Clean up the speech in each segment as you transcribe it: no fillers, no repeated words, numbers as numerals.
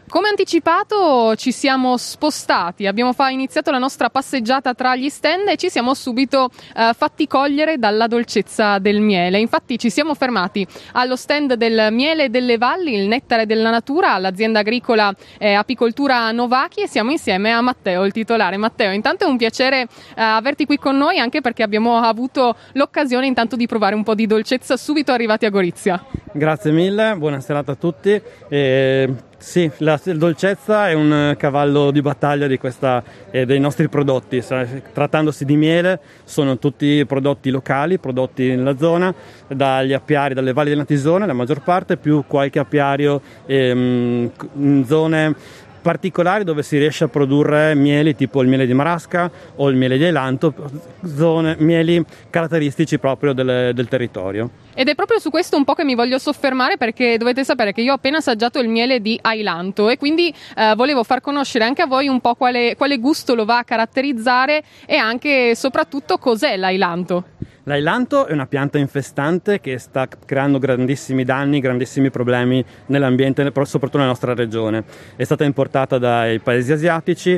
Come anticipato ci siamo spostati, abbiamo iniziato la nostra passeggiata tra gli stand e ci siamo subito fatti cogliere dalla dolcezza del miele. Infatti ci siamo fermati allo stand del miele delle valli, il nettare della natura, all'azienda agricola Apicoltura Novachi, e siamo insieme a Matteo, il titolare. Matteo, intanto è un piacere averti qui con noi, anche perché abbiamo avuto l'occasione intanto di provare un po' di dolcezza subito arrivati a Gorizia. Grazie mille, buona serata a tutti. Sì, la dolcezza è un cavallo di battaglia dei nostri prodotti. Trattandosi di miele, sono tutti prodotti locali, prodotti nella zona, dagli apiari, dalle valli del Natisone, la maggior parte, più qualche apiario in zone particolari dove si riesce a produrre mieli tipo il miele di Marasca o il miele di Ailanto, mieli caratteristici proprio del territorio. Ed è proprio su questo un po' che mi voglio soffermare, perché dovete sapere che io ho appena assaggiato il miele di Ailanto e quindi volevo far conoscere anche a voi un po' quale gusto lo va a caratterizzare e anche e soprattutto cos'è l'Ailanto. L'ailanto è una pianta infestante che sta creando grandissimi danni, grandissimi problemi nell'ambiente, soprattutto nella nostra regione. È stata importata dai paesi asiatici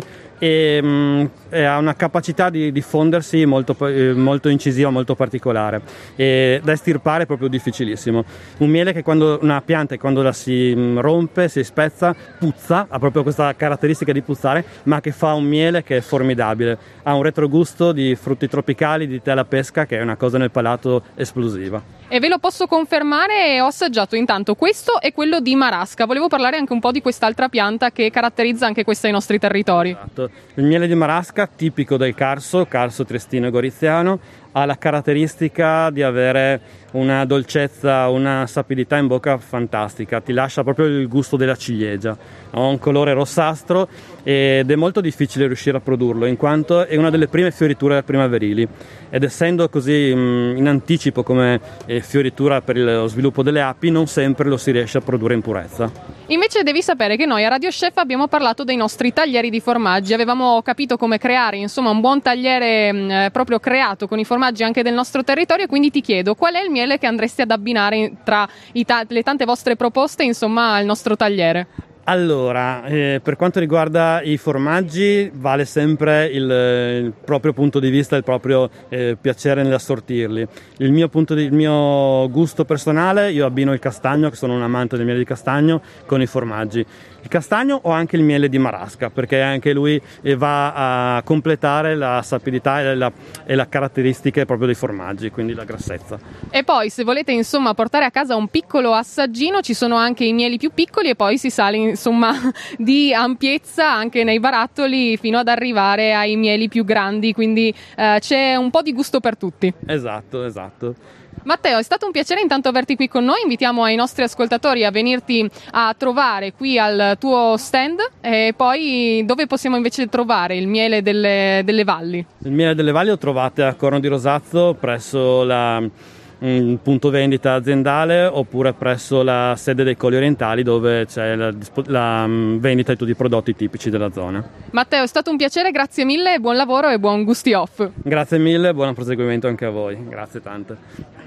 e ha una capacità di diffondersi molto incisiva, molto particolare, e da estirpare è proprio difficilissimo. Un miele che una pianta quando la si rompe, si spezza, puzza, ha proprio questa caratteristica di puzzare, ma che fa un miele che è formidabile. Ha un retrogusto di frutti tropicali, di tè alla pesca, che è una cosa nel palato esplosiva. E ve lo posso confermare, ho assaggiato intanto questo e quello di Marasca. Volevo parlare anche un po' di quest'altra pianta che caratterizza anche questa ai nostri territori. Esatto. Il miele di Marasca, tipico del Carso triestino e goriziano, ha la caratteristica di avere una dolcezza, una sapidità in bocca fantastica, ti lascia proprio il gusto della ciliegia. Ha un colore rossastro ed è molto difficile riuscire a produrlo, in quanto è una delle prime fioriture primaverili, ed essendo così in anticipo come fioritura per lo sviluppo delle api, non sempre lo si riesce a produrre in purezza. Invece devi sapere che noi a Radio Chef abbiamo parlato dei nostri taglieri di formaggi, avevamo capito come creare un buon tagliere proprio creato con i formaggi anche del nostro territorio, e quindi ti chiedo qual è il miele che andresti ad abbinare tra le tante vostre proposte al nostro tagliere. Allora, per quanto riguarda i formaggi, vale sempre il proprio punto di vista, il proprio piacere nell'assortirli. Il mio gusto personale, io abbino il castagno, che sono un amante del miele di castagno, con i formaggi. Il castagno o anche il miele di Marasca, perché anche lui va a completare la sapidità e la caratteristiche proprio dei formaggi, quindi la grassezza. E poi, se volete portare a casa un piccolo assaggino, ci sono anche i mieli più piccoli e poi si sale di ampiezza anche nei barattoli fino ad arrivare ai mieli più grandi, quindi c'è un po' di gusto per tutti. Esatto. Matteo, è stato un piacere intanto averti qui con noi. Invitiamo ai nostri ascoltatori a venirti a trovare qui al tuo stand. E poi dove possiamo invece trovare il miele delle valli? Il miele delle valli lo trovate a Corno di Rosazzo, presso un punto vendita aziendale, oppure presso la sede dei Colli Orientali, dove c'è la vendita di tutti i prodotti tipici della zona. Matteo, è stato un piacere, grazie mille, buon lavoro e buon gusti off. Grazie mille, buon proseguimento anche a voi, grazie tante.